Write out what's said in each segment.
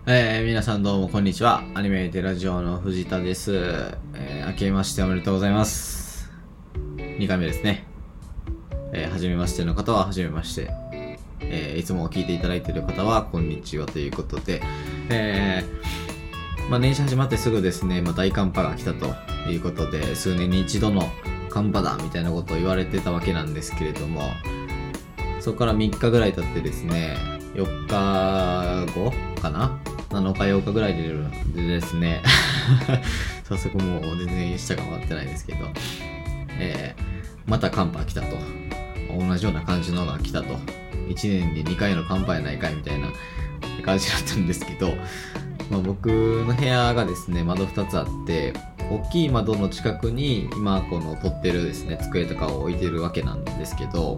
皆さんどうもこんにちは。アニメーテラジオの藤田です。明けましておめでとうございます。2回目ですね。初めましての方は初めまして。いつも聞いていただいている方はこんにちはということで、年始始まってすぐですね、大寒波が来たということで、数年に一度の寒波だみたいなことを言われてたわけなんですけれども、そこから3日ぐらい経ってですね、4日後かな ?7 日8日ぐらいでですね早速もう全然下が回ってないですけど、また寒波来たと。同じような感じのが来たと。1年に2回の寒波やないかいみたいな感じだったんですけど、僕の部屋がですね、窓2つあって、大きい窓の近くに今この撮ってるですね、机とかを置いてるわけなんですけど、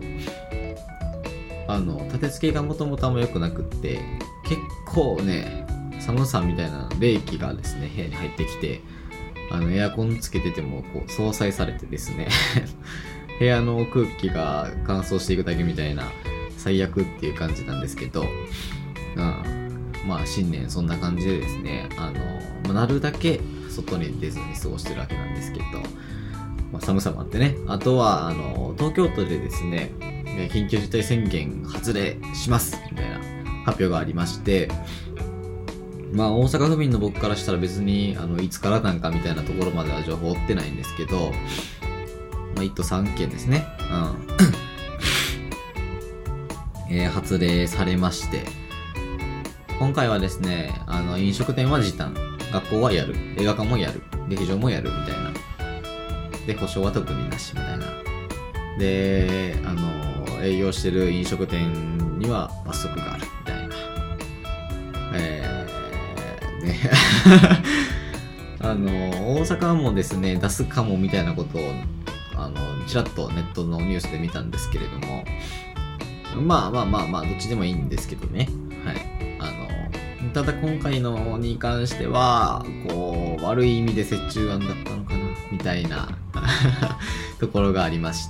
立て付けがもともとあんま良くなくって、結構ね、寒さみたいな冷気がですね、部屋に入ってきて、エアコンつけててもこう相殺されてですね部屋の空気が乾燥していくだけみたいな最悪っていう感じなんですけど、新年そんな感じでですね、なるだけ外に出ずに過ごしてるわけなんですけど、寒さもあってね、あとは東京都でですね、緊急事態宣言発令しますみたいな発表がありまして、大阪府民の僕からしたら別にいつからなんかみたいなところまでは情報追ってないんですけど、1都3県ですね、発令されまして、今回はですね、飲食店は時短、学校はやる、映画館もやる、劇場もやるみたいな、で保証は特になしみたいな、で営業してる飲食店には罰則があるみたいな。大阪もですね、出すかもみたいなことを、ちらっとネットのニュースで見たんですけれども、どっちでもいいんですけどね。はい。ただ今回のに関しては、悪い意味で折衷案だったのかな、みたいなところがありまして、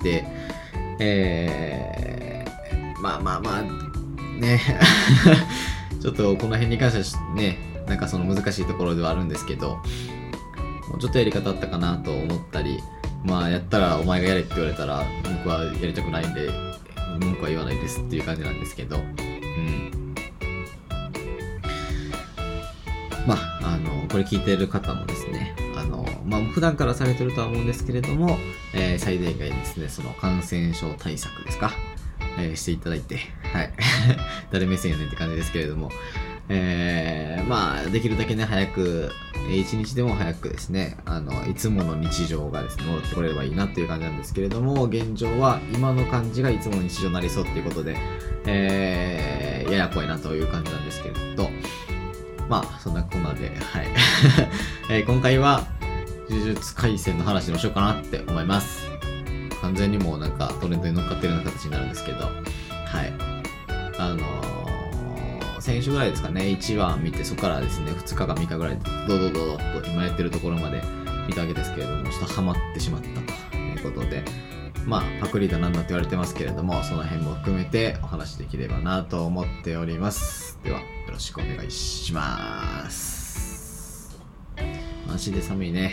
ねちょっとこの辺に関してはね、なんかその難しいところではあるんですけど、もうちょっとやり方あったかなと思ったり、やったらお前がやれって言われたら僕はやりたくないんで文句は言わないですっていう感じなんですけど、これ聞いてる方もですね、普段からされてるとは思うんですけれども、最大限ですね、その感染症対策ですか、していただいて、はい。誰目線やねんって感じですけれども、できるだけね、早く、一日でも早くですね、いつもの日常がですね、戻ってこれればいいなっていう感じなんですけれども、現状は今の感じがいつもの日常になりそうっていうことで、やや怖いなという感じなんですけれど、そんなこんなで、はい。今回は、呪術廻戦の話をしようかなって思います。完全にもうなんかトレンドに乗っかってるような形になるんですけど、はい。先週ぐらいですかね、1話見て、そこからですね、2日か3日ぐらいで、ドドドドッと今やってるところまで見たわけですけれども、ちょっとハマってしまったということで、パクリだなんだって言われてますけれども、その辺も含めてお話できればなと思っております。では、よろしくお願いします。マジで寒いね。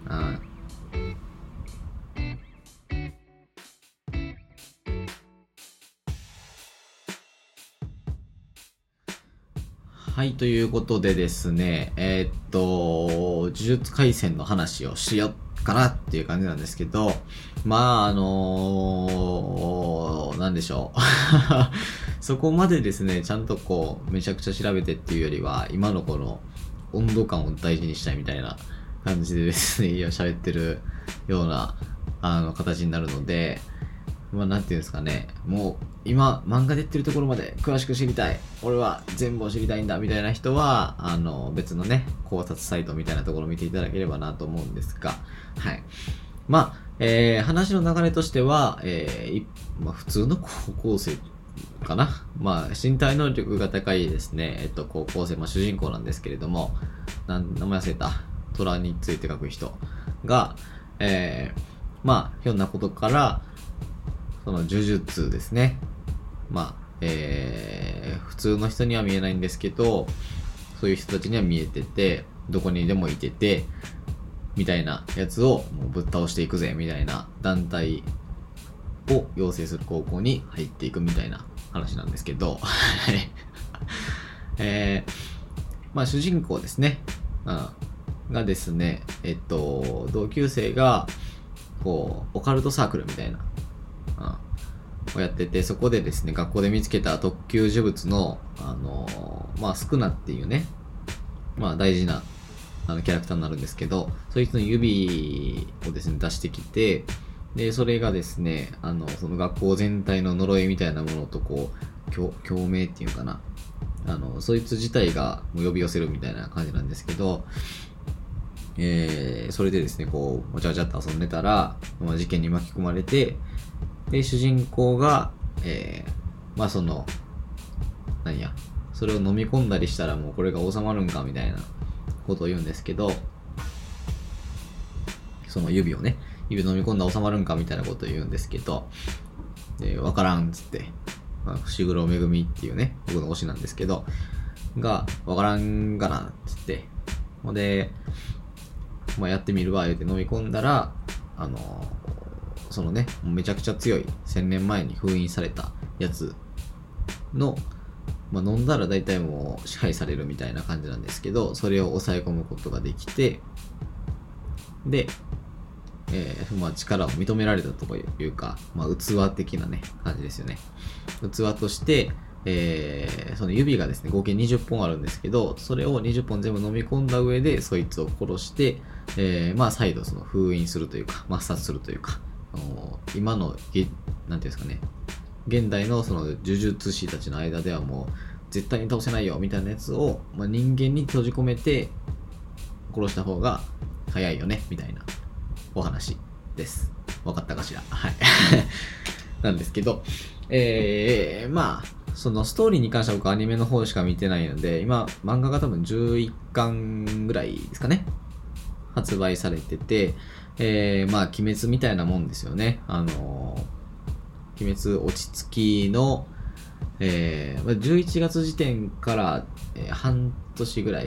はい、ということでですね、呪術廻戦の話をしようかなっていう感じなんですけど、なんでしょう。そこまでですね、ちゃんとめちゃくちゃ調べてっていうよりは、今のこの温度感を大事にしたいみたいな感じでですね、喋ってるような、形になるので、なんていうんですかね、もう今漫画で言ってるところまで詳しく知りたい、俺は全部を知りたいんだみたいな人は別のね考察サイトみたいなところを見ていただければなと思うんですが、はい。話の流れとしては、普通の高校生かな、身体能力が高いですね、高校生、主人公なんですけれども、名前忘れた、虎について書く人が、ひょんなことからその呪術ですね。普通の人には見えないんですけど、 そういう人たちには見えてて、どこにでもいてて、みたいなやつをもうぶっ倒していくぜ、みたいな団体を養成する高校に入っていくみたいな話なんですけど、まあ主人公ですね、がですね、同級生が、こう、オカルトサークルみたいな、をやってて、そこでですね、学校で見つけた特級呪物の、まあ、スクナっていうね、まあ、大事な、キャラクターになるんですけど、そいつの指をですね、出してきて、で、それがですね、その学校全体の呪いみたいなものと、こう、共鳴っていうかな、そいつ自体が呼び寄せるみたいな感じなんですけど、それでですね、こう、わちゃわちゃっと遊んでたら、まあ、事件に巻き込まれて、で、主人公が、まあその、それを飲み込んだりしたらもうこれが収まるんかみたいなことを言うんですけど、その指飲み込んだら収まるんかみたいなことを言うんですけど、で、わからんっつって、まあ、伏黒めぐみっていうね、僕の推しなんですけど、が、わからんがなっつって、で、まあやってみるわ、言うて飲み込んだら、そのね、めちゃくちゃ強い1000年前に封印されたやつの、まあ、飲んだら大体もう支配されるみたいな感じなんですけど、それを抑え込むことができて、で、まあ、力を認められたというか、まあ、器的なね、感じですよね。器として、その指がですね、合計20本あるんですけど、それを20本全部飲み込んだ上で、そいつを殺して、まあ、再度その封印するというか、抹殺するというか、今の、なんていうんですかね、現代のその呪術師たちの間ではもう絶対に倒せないよみたいなやつを、まあ、人間に閉じ込めて殺した方が早いよねみたいなお話です。わかったかしら。はい。なんですけど、まあそのストーリーに関しては僕アニメの方しか見てないので、今漫画が多分11巻ぐらいですかね、発売されてて、まあ鬼滅みたいなもんですよね。鬼滅落ち着きの、11月時点から、半年ぐらい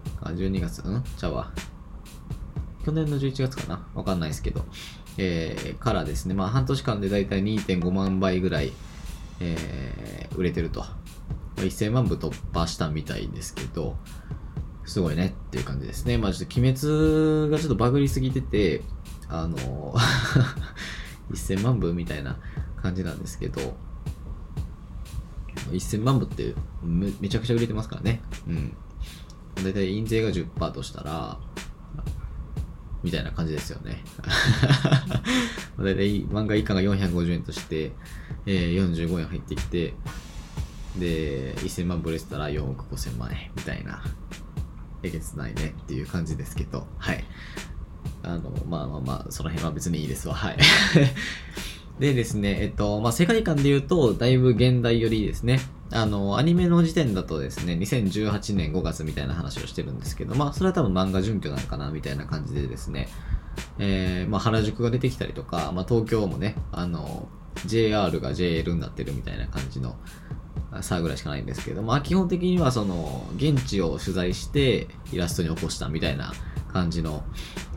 12月ちゃうわ、去年の11月かな、わかんないですけど、からですね、まあ半年間でだいたい 2.5 万倍ぐらい、売れてると、1000万部突破したみたいですけど、すごいねっていう感じですね。まあちょっと鬼滅がちょっとバグりすぎてて、1000万部みたいな感じなんですけど、1000万部ってめちゃくちゃ売れてますからね。うん。だいたい印税が 10% としたら、みたいな感じですよね。だいたい漫画1巻が450円として、45円入ってきて、で、1000万部売れてたら4億5000万円みたいな、えげつないねっていう感じですけど、はい。まあ、その辺は別にいいですわ。はい。でですね、まあ、世界観で言うと、だいぶ現代寄りですね。アニメの時点だとですね、2018年5月みたいな話をしてるんですけど、まあ、それは多分漫画準拠なのかな、みたいな感じでですね、まあ、原宿が出てきたりとか、まあ、東京もね、JR が JL になってるみたいな感じの差ぐらいしかないんですけど、まあ、基本的にはその、現地を取材してイラストに起こしたみたいな感じの、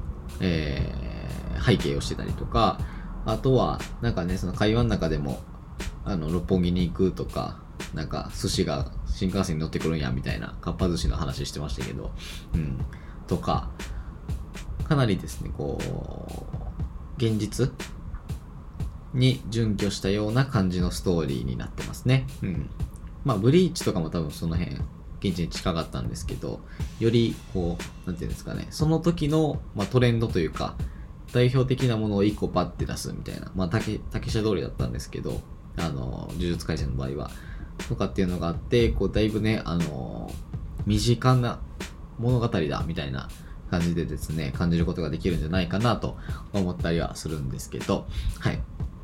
背景をしてたりとか、あとは、なんかね、その会話の中でも、六本木に行くとか、なんか寿司が新幹線に乗ってくるんやみたいな、かっぱ寿司の話してましたけど、うん、とか、かなりですね、こう、現実に準拠したような感じのストーリーになってますね。うん。まあ、ブリーチとかも多分その辺、現地に近かったんですけど、より、こう、なんていうんですかね、その時の、まあ、トレンドというか、代表的なものを1個パッて出すみたいな、まあ、竹下通りだったんですけど、呪術廻戦の場合は、とかっていうのがあって、こう、だいぶね、身近な物語だ、みたいな感じでですね、感じることができるんじゃないかなと思ったりはするんですけど、はい。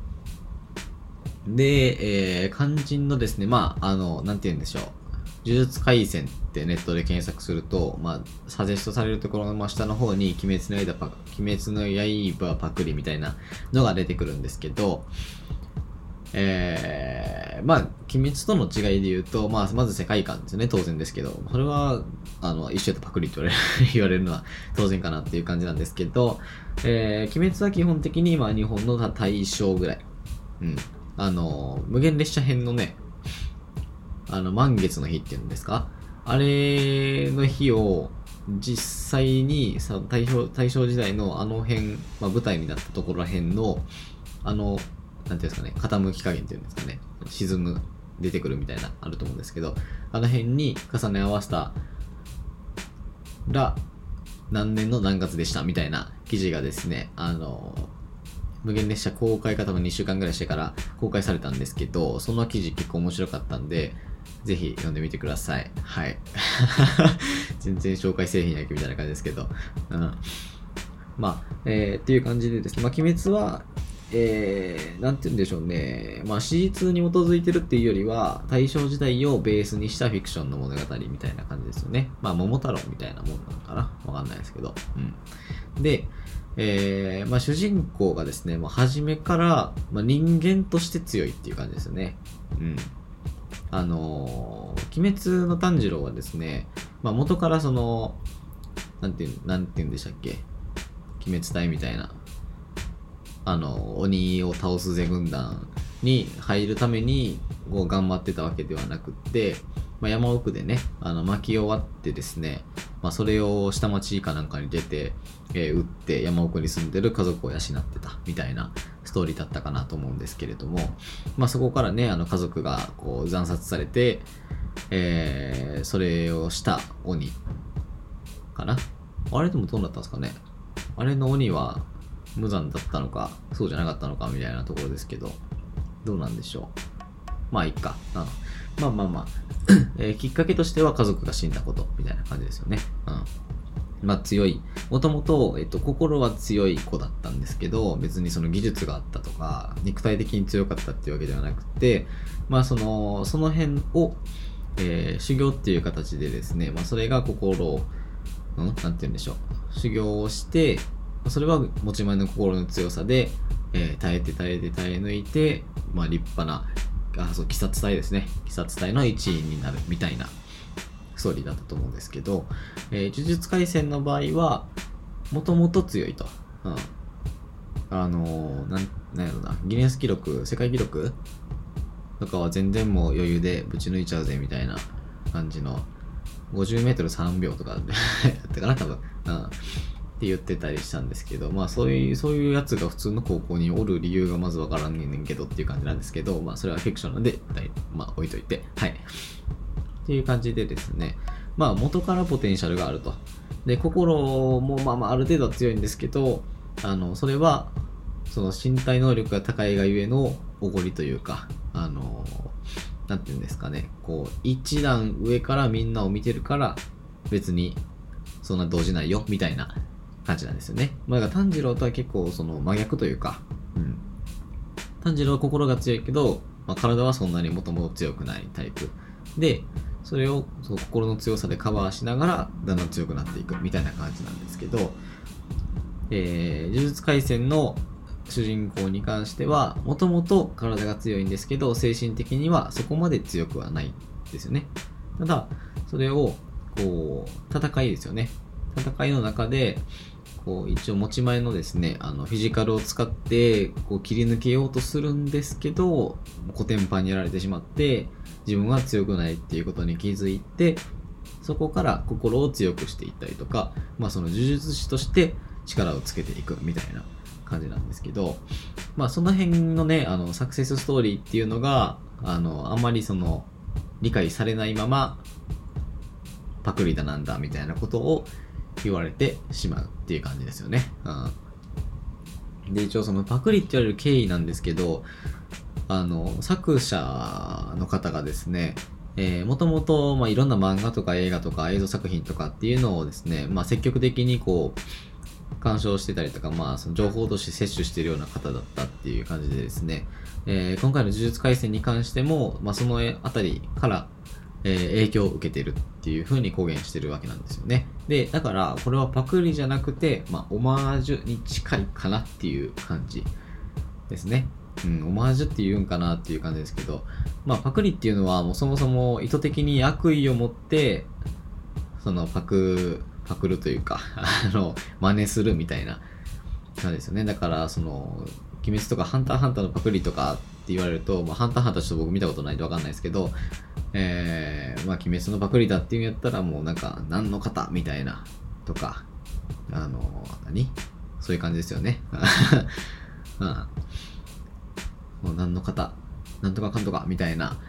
で、肝心のですね、まあ、なんて言うんでしょう。呪術廻戦ってネットで検索すると、まあ、サジェストされるところの真下の方に鬼滅の刃パクリみたいなのが出てくるんですけど、 まあ、鬼滅との違いで言うと、まあ、まず世界観ですよね、当然ですけど、それは、一緒やとパクリと言われるのは当然かなっていう感じなんですけど、鬼滅は基本的に今、日本の大正ぐらい。うん。無限列車編のね、満月の日っていうんですか、あれの日を、実際にさ大正時代のあの辺、まあ、舞台になったところら辺の、なんていうんですかね、傾き加減っていうんですかね、沈む、出てくるみたいな、あると思うんですけど、あの辺に重ね合わせたら、何年の何月でしたみたいな記事がですね、無限列車公開が多分2週間ぐらいしてから公開されたんですけど、その記事結構面白かったんで、ぜひ読んでみてください。はい。全然紹介せえへんやけみたいな感じですけど。うん。まあ、っていう感じでですね、まあ、鬼滅は、なんて言うんでしょうね。まあ、史実に基づいてるっていうよりは、大正時代をベースにしたフィクションの物語みたいな感じですよね。まあ、桃太郎みたいなもんなのかなわかんないですけど。うん。で、まあ、主人公がですね、もう初めから、まあ、人間として強いっていう感じですよね。うん。鬼滅の炭治郎はですね、まあ、元からその、なんて言うんでしたっけ、鬼滅隊みたいな、鬼を倒すぜ軍団に入るために、こう頑張ってたわけではなくって、まあ、山奥でね、巻き終わってですね、まあ、それを下町かなんかに出て、撃って山奥に住んでる家族を養ってたみたいなストーリーだったかなと思うんですけれども、まあ、そこからね、家族がこう惨殺されて、それをした鬼かな。あれでもどうなったんですかね。あれの鬼は無残だったのか、そうじゃなかったのかみたいなところですけど、どうなんでしょう。まあいいか。まあ、きっかけとしては家族が死んだことみたいな感じですよね。まあ強い。もともと、心は強い子だったんですけど、別にその技術があったとか、肉体的に強かったっていうわけではなくて、まあその辺を、修行っていう形でですね、まあそれが心を、なんて言うんでしょう。修行をして、それは持ち前の心の強さで、耐え抜いて、まあ立派な、鬼殺隊ですね。鬼殺隊の一員になるみたいなストーリーだったと思うんですけど、呪術廻戦の場合は、もともと強いと。なんやろな、ギネス記録、世界記録とかは全然もう余裕でぶち抜いちゃうぜみたいな感じの、50メートル3秒とかだったかな、多分。って言ってたりしたんですけど、まあそういうやつが普通の高校におる理由がまずわからんねんけどっていう感じなんですけど、まあそれはフィクションなんで、まあ置いといて、はい。っていう感じでですね、まあ元からポテンシャルがあると。で、心もまあある程度は強いんですけど、それは、その身体能力が高いがゆえのおごりというか、なんていうんですかね、こう、一段上からみんなを見てるから、別にそんな動じないよ、みたいな感じなんですよね。まあ、だから炭治郎とは結構その真逆というか、炭治郎は心が強いけど、まあ、体はそんなにもともと強くないタイプで、それをその心の強さでカバーしながらだんだん強くなっていくみたいな感じなんですけど、呪術廻戦の主人公に関してはもともと体が強いんですけど、精神的にはそこまで強くはないですよね。ただそれをこう戦いですよね。戦いの中でこう一応持ち前のですね、フィジカルを使ってこう切り抜けようとするんですけど、コテンパンにやられてしまって自分は強くないっていうことに気づいて、そこから心を強くしていったりとか、まあその呪術師として力をつけていくみたいな感じなんですけど、まあその辺のね、サクセスストーリーっていうのが、あんまりその理解されないままパクリだなんだみたいなことを言われてしまうっていう感じですよね。で、一応そのパクリって言われる経緯なんですけど、作者の方がですね、もともと、まあ、いろんな漫画とか映画とか映像作品とかっていうのをですね、まあ、積極的にこう、鑑賞してたりとか、まあ、その情報として摂取しているような方だったっていう感じでですね、今回の呪術廻戦に関しても、まあ、そのあたりから、影響を受けてるっていう風に公言してるわけなんですよね。で、だから、これはパクリじゃなくて、まあ、オマージュに近いかなっていう感じですね。 オマージュって言うんかなっていう感じですけど、まあパクリっていうのはもうそもそも意図的に悪意を持って、そのパクるというか、真似するみたいな感じですよね。だから、鬼滅とかハンターハンターのパクリとかって言われると、まあハンターハンターちょっと僕見たことないんでわかんないですけど、まあ鬼滅のパクリだっていうんやったらもうなんか、何の型みたいな、とか、そういう感じですよね。もう何の型、なんとかかんとかみたいな、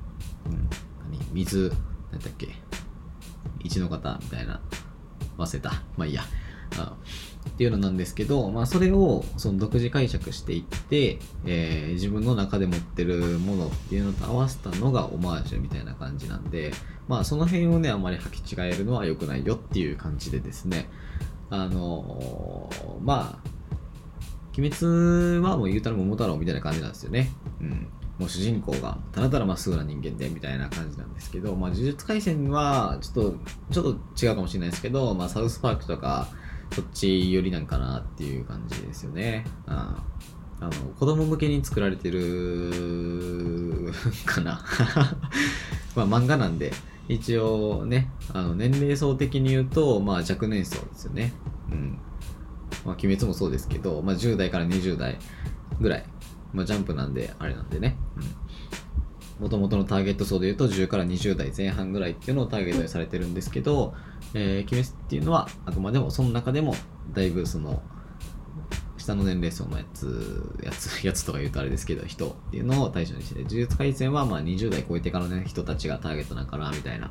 水、なんだっけ、一の型みたいな、忘れた。まあいいや。っていうのなんですけど、まあそれをその独自解釈していって、自分の中で持ってるものっていうのと合わせたのがオマージュみたいな感じなんで、まあその辺をね、あまり履き違えるのは良くないよっていう感じでですね、まあ、鬼滅はもう言うたら桃太郎みたいな感じなんですよね。もう主人公がただただまっすぐな人間でみたいな感じなんですけど、まあ呪術廻戦はちょっと違うかもしれないですけど、まあサウスパークとかそっち寄りなんかなっていう感じですよね。子供向けに作られてるかな。まあ漫画なんで、一応ね、年齢層的に言うと、まあ若年層ですよね。まあ鬼滅もそうですけど、まあ10代から20代ぐらい。まあジャンプなんで、あれなんでね。元々のターゲット層で言うと10から20代前半ぐらいっていうのをターゲットにされてるんですけど、鬼滅っていうのはあくまでもその中でもだいぶその下の年齢層のやつとか言うとあれですけど、人っていうのを対象にして、呪術廻戦はまあ20代超えてからの、ね、人たちがターゲットなんかなみたいな、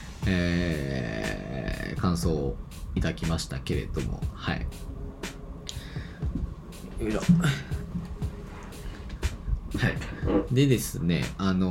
感想をいただきましたけれども、はい。よいしょ。はい。でですね、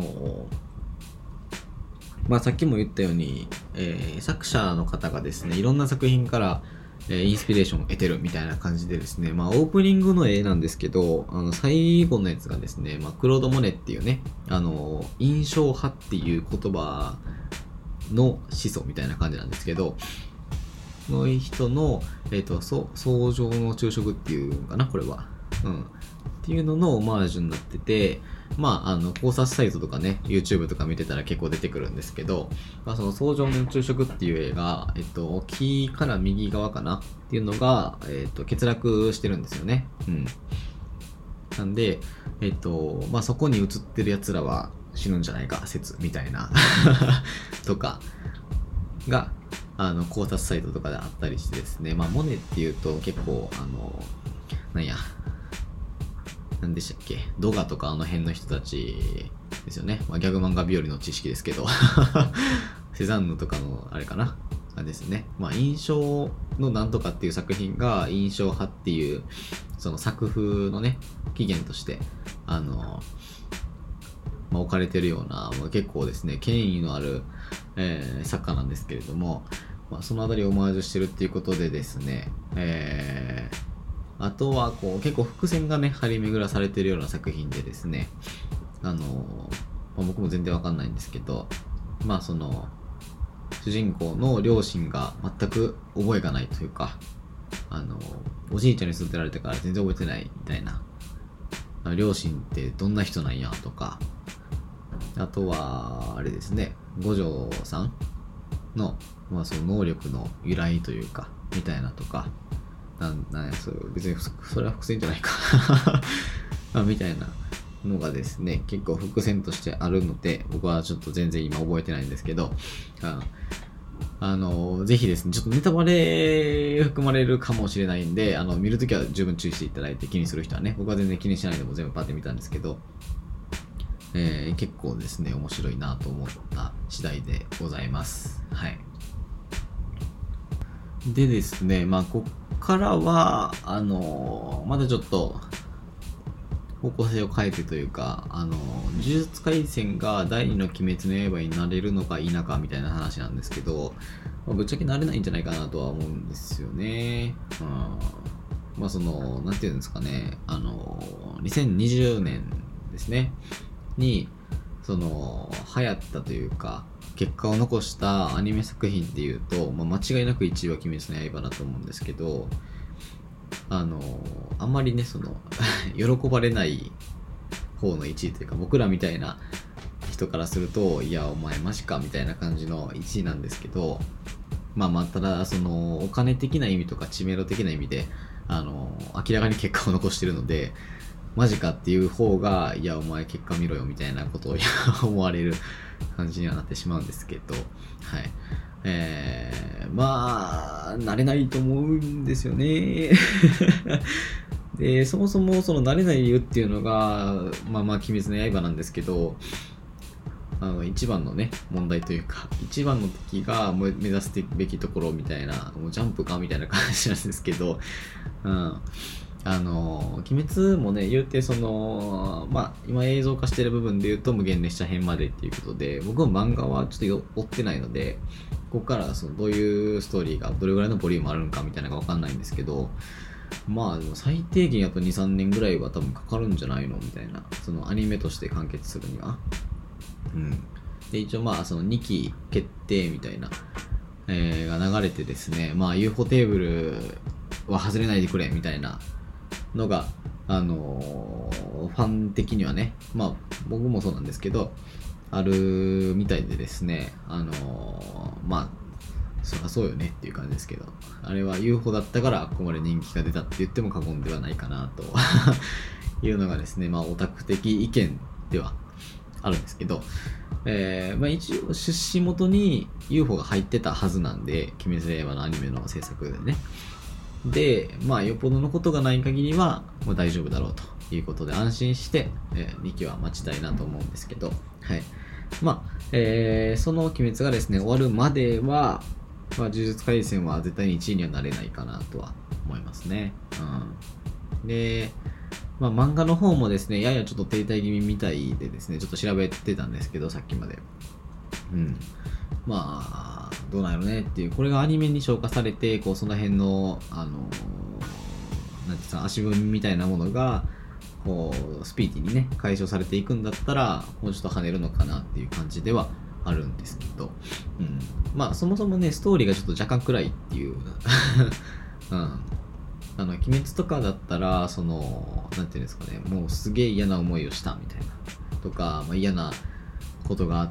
まあさっきも言ったように、作者の方がですね、いろんな作品からインスピレーションを得てるみたいな感じでですね、まあオープニングの絵なんですけど、最後のやつがですね、まあクロード・モネっていうね、印象派っていう言葉の思想みたいな感じなんですけど、の人の、創上の昼食っていうのかな、これは。っていうののオマージュになってて、まあ、考察サイトとかね、YouTube とか見てたら結構出てくるんですけど、まあ、その創上の昼食っていう絵が、木から右側かなっていうのが、欠落してるんですよね。なんで、まあ、そこに映ってる奴らは死ぬんじゃないか説みたいなとかが、考察サイトとかであったりしてですね、まあ、モネっていうと結構、何でしたっけ、ドガとかあの辺の人たちですよね。まあ、ギャグ漫画日和の知識ですけどセザンヌとかのあれかなですね。まあ、印象のなんとかっていう作品が印象派っていうその作風のね起源としてまあ、置かれてるような、まあ、結構ですね権威のある、作家なんですけれども、まあ、そのあたりをオマージュしてるっていうことでですね、あとはこう結構伏線がね張り巡らされてるような作品でですね、まあ、僕も全然わかんないんですけど、まあその主人公の両親が全く覚えがないというか、おじいちゃんに育てられてから全然覚えてないみたいな、両親ってどんな人なんやとか、あとはあれですね、五条さんの、まあ、その能力の由来というかみたいなとか、なんや別にそれは伏線じゃないかまあ、みたいなのがですね結構伏線としてあるので、僕はちょっと全然今覚えてないんですけど、ぜひですね、ちょっとネタバレ含まれるかもしれないんで、見るときは十分注意していただいて、気にする人はね、僕は全然気にしないでも全部パッて見たんですけど、結構ですね面白いなと思った次第でございます。はい。でですね、まあこっからはまだちょっと方向性を変えてというか、呪術廻戦が第二の鬼滅の刃になれるのか否かみたいな話なんですけど、まあ、ぶっちゃけなれないんじゃないかなとは思うんですよね。まあそのなんていうんですかね、2020年ですねにその流行ったというか結果を残したアニメ作品っていうと、まあ、間違いなく1位は鬼滅の刃だと思うんですけど、あんまりねその喜ばれない方の1位というか、僕らみたいな人からすると、いやお前マジかみたいな感じの1位なんですけど、ただそのお金的な意味とか知名度的な意味で明らかに結果を残してるので、マジかっていう方が、いやお前結果見ろよみたいなことを思われる感じにはなってしまうんですけど、はい。慣れないと思うんですよね。で、そもそもその慣れない理由っていうのが、鬼滅の刃なんですけど、一番のね、問題というか、一番の敵が目指すべきところみたいな、もうジャンプかみたいな感じなんですけど、鬼滅もね、言うて今映像化してる部分で言うと無限列車編までっていうことで、僕も漫画はちょっと追ってないので、ここからどういうストーリーがどれぐらいのボリュームあるのかみたいなのがわかんないんですけど、でも最低限やと2、3年ぐらいは多分かかるんじゃないのみたいな、そのアニメとして完結するには。で、一応2期決定みたいな、が流れてですね、UFO テーブルは外れないでくれみたいなのが、ファン的にはね、僕もそうなんですけど、あるみたいでですね、そりゃそうよねっていう感じですけど、あれは UFO だったからここまで人気が出たって言っても過言ではないかなというのがですね、オタク的意見ではあるんですけど、一応出身元に UFO が入ってたはずなんで、鬼滅の刃のアニメの制作でね。で、よっぽどのことがない限りはもう大丈夫だろうということで安心して、2期は待ちたいなと思うんですけど、はい。その鬼滅がですね、終わるまでは、呪術廻戦は絶対に1位にはなれないかなとは思いますね。で、漫画の方もですね、ややちょっと停滞気味みたいでですね、ちょっと調べてたんですけど、さっきまで。どうなんやろねっていう、これがアニメに消化されて、その辺の、なんていうんですか、足踏みみたいなものが、スピーディーにね、解消されていくんだったら、もうちょっと跳ねるのかなっていう感じではあるんですけど、そもそもね、ストーリーがちょっと若干暗いっていう、鬼滅とかだったら、なんていうんですかね、もうすげえ嫌な思いをしたみたいな、とか、嫌なことがあって、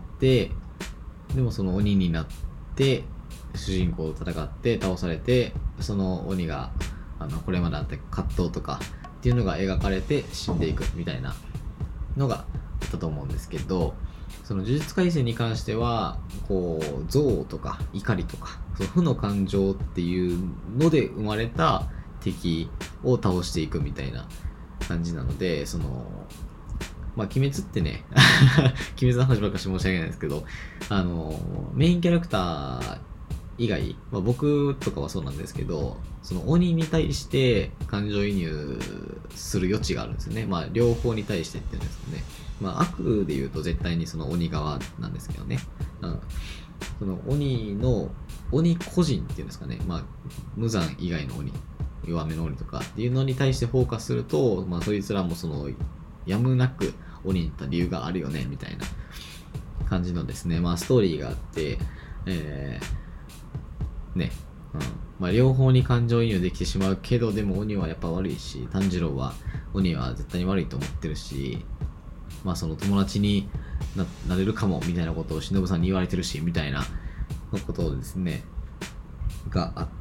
でもその鬼になって、主人公と戦って倒されて、その鬼が、これまであった葛藤とかっていうのが描かれて死んでいくみたいなのがあったと思うんですけど、その呪術廻戦に関しては、憎悪とか怒りとか、その負の感情っていうので生まれた敵を倒していくみたいな感じなので、鬼滅ってね鬼滅の話ばっかし申し訳ないですけど、メインキャラクター以外、僕とかはそうなんですけど、その鬼に対して感情移入する余地があるんですよね。両方に対してっていうんですかね。悪で言うと絶対にその鬼側なんですけどね。その鬼個人っていうんですかね。無惨以外の鬼、弱めの鬼とかっていうのに対してフォーカスすると、そいつらもやむなく鬼になった理由があるよねみたいな感じのですね、ストーリーがあって、両方に感情移入できてしまうけど、でも鬼はやっぱ悪いし、炭治郎は鬼は絶対に悪いと思ってるし、その友達に なれるかもみたいなことを忍さんに言われてるしみたいなことをですねがあって、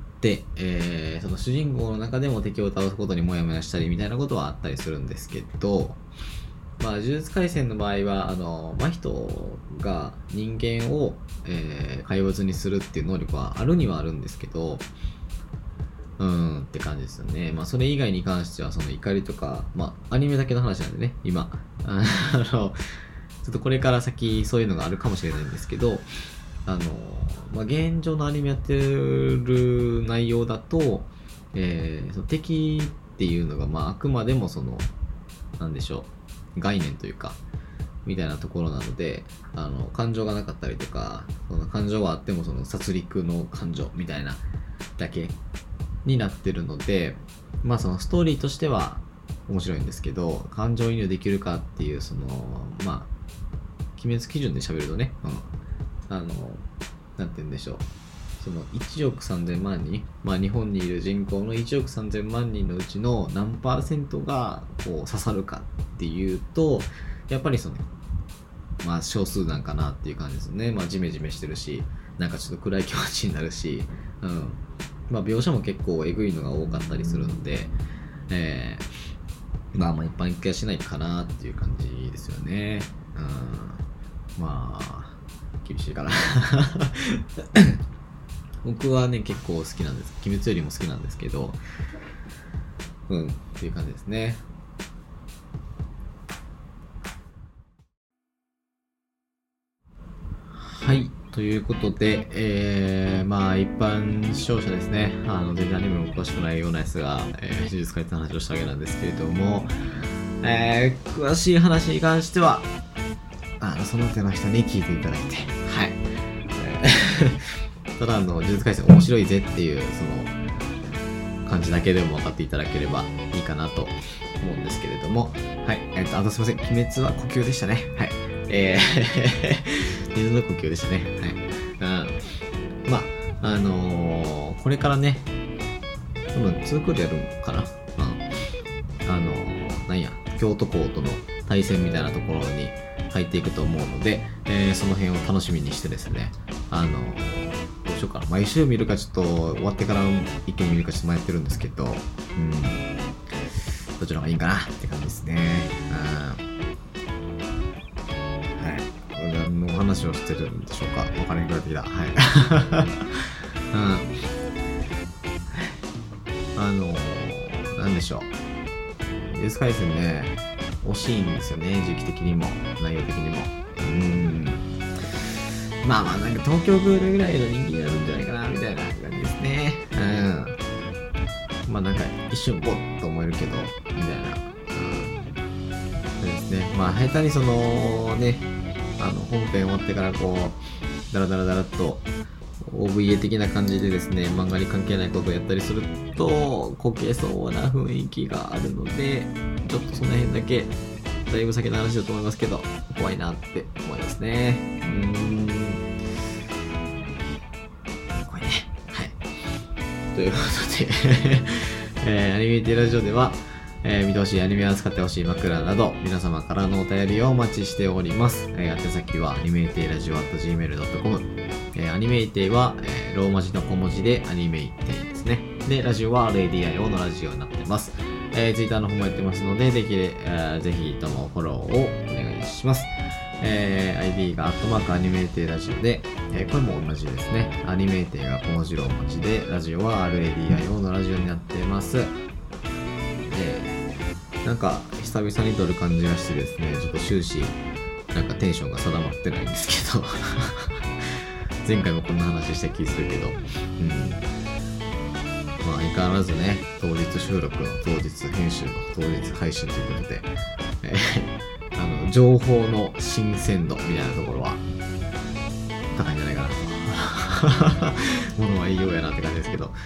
その主人公の中でも敵を倒すことにモヤモヤしたりみたいなことはあったりするんですけど、呪術廻戦の場合は真人が人間を、怪物にするっていう能力はあるにはあるんですけど、って感じですよね。それ以外に関してはその怒りとか、アニメだけの話なんでね、今ちょっとこれから先そういうのがあるかもしれないんですけど、現状のアニメやってる内容だと、その敵っていうのがあくまでもなんでしょう、概念というかみたいなところなので、感情がなかったりとか、その感情はあってもその殺戮の感情みたいなだけになってるので、そのストーリーとしては面白いんですけど、感情移入できるかっていう鬼滅基準で喋るとね、なんて言うんでしょう、 その1億3000万人、日本にいる人口の1億3000万人のうちの何%がこう刺さるかっていうと、やっぱりその少数なんかなっていう感じですね。ジメジメしてるし、なんかちょっと暗い気持ちになるし、描写も結構えぐいのが多かったりするので、一般行きはしないかなっていう感じですよね。厳しいかな。僕はね、結構好きなんです。鬼滅よりも好きなんですけど、っていう感じですね。はい。ということで、一般視聴者ですね。全然アニメも詳しくないようなやつが、呪術廻戦の話をしたわけなんですけれども、詳しい話に関しては、その手の人に聞いていただいて、はい。ただ、呪術廻戦面白いぜっていう、その、感じだけでも分かっていただければいいかなと思うんですけれども、はい。すいません。鬼滅は呼吸でしたね。はい。水の呼吸でしたね。はい。これからね、多分2クールやるのかな。京都校との対戦みたいなところに入っていくと思うので、その辺を楽しみにしてですね、どうしようかな。毎週見るかちょっと終わってから一気に見るかちょっと迷ってるんですけど、どちらがいいかなって感じですね。何の話をしてるんでしょうか。分からなくなってきた。はい。なんでしょう。呪術廻戦ね、惜しいんですよね。時期的にも、内容的にも。なんか東京クールぐらいの人気になるんじゃないかな、みたいな感じですね。なんか一瞬ボッと思えるけど、みたいな。そうですね。下手にその、ね、本編終わってからこうダラダラっと OVA 的な感じでですね、漫画に関係ないことをやったりするとこけそうな雰囲気があるので、ちょっとその辺だけだいぶ先の話だと思いますけど、怖いなって思いますね。怖いね。はい。ということでアニメティラジオでは見てほしいアニメを使ってほしい枕など皆様からのお便りをお待ちしております。宛先はアニメイテイラジオ @gmail.com、アニメイテイは、ローマ字の小文字でアニメイテイですね。で、ラジオは RADIO のラジオになってます。Twitter の方もやってますので、ぜひともフォローをお願いします。ID がアニメイテイラジオで、これも同じですね。アニメイテイが小文字ローマ字で、ラジオは RADIO のラジオになってます。なんか久々に撮る感じがしてですね、ちょっと終始なんかテンションが定まってないんですけど前回もこんな話した気するけど、相変わらずね、当日収録の当日編集の当日配信ということで、情報の新鮮度みたいなところは高いんじゃないかなとものは言いようやなって感じですけど、はい。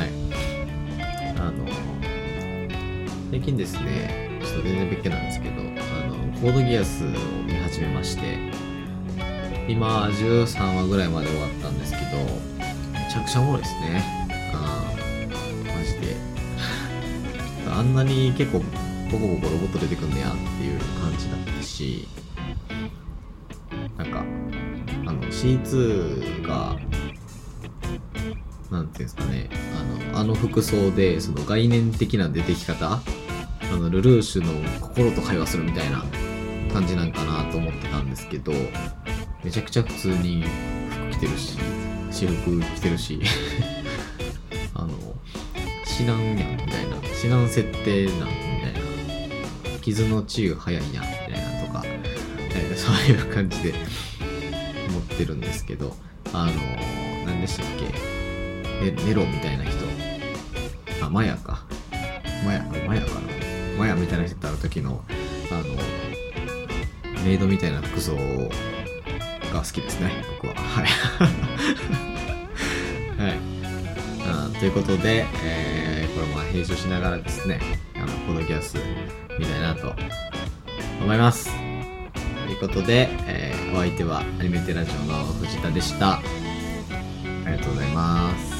最近ですね、ちょっと全然別件なんですけど、コードギアスを見始めまして、今13話ぐらいまで終わったんですけど、めちゃくちゃおもろいですね。マジであんなに結構ボコボコロボット出てくんねやっていう感じだったし、なんかC2 がなんていうんですかね、服装でその概念的な出てき方、ルルーシュの心と会話するみたいな感じなんかなと思ってたんですけど、めちゃくちゃ普通に服着てるし、私服着てるし死なんやんみたいな、死なん設定なんみたいな、傷の治癒早いやんみたいなとか、そういう感じで思ってるんですけど、何でしたっけ、ネロみたいな人、マヤかな、マヤみたいな人と会う時のメイドみたいな服装が好きですね、僕は。はいはい。ということで、これも編集しながらですね、コードギアス見たいなと思います。ということで、お相手はアニメテラジオの藤田でした。ありがとうございました。 りがとうございます。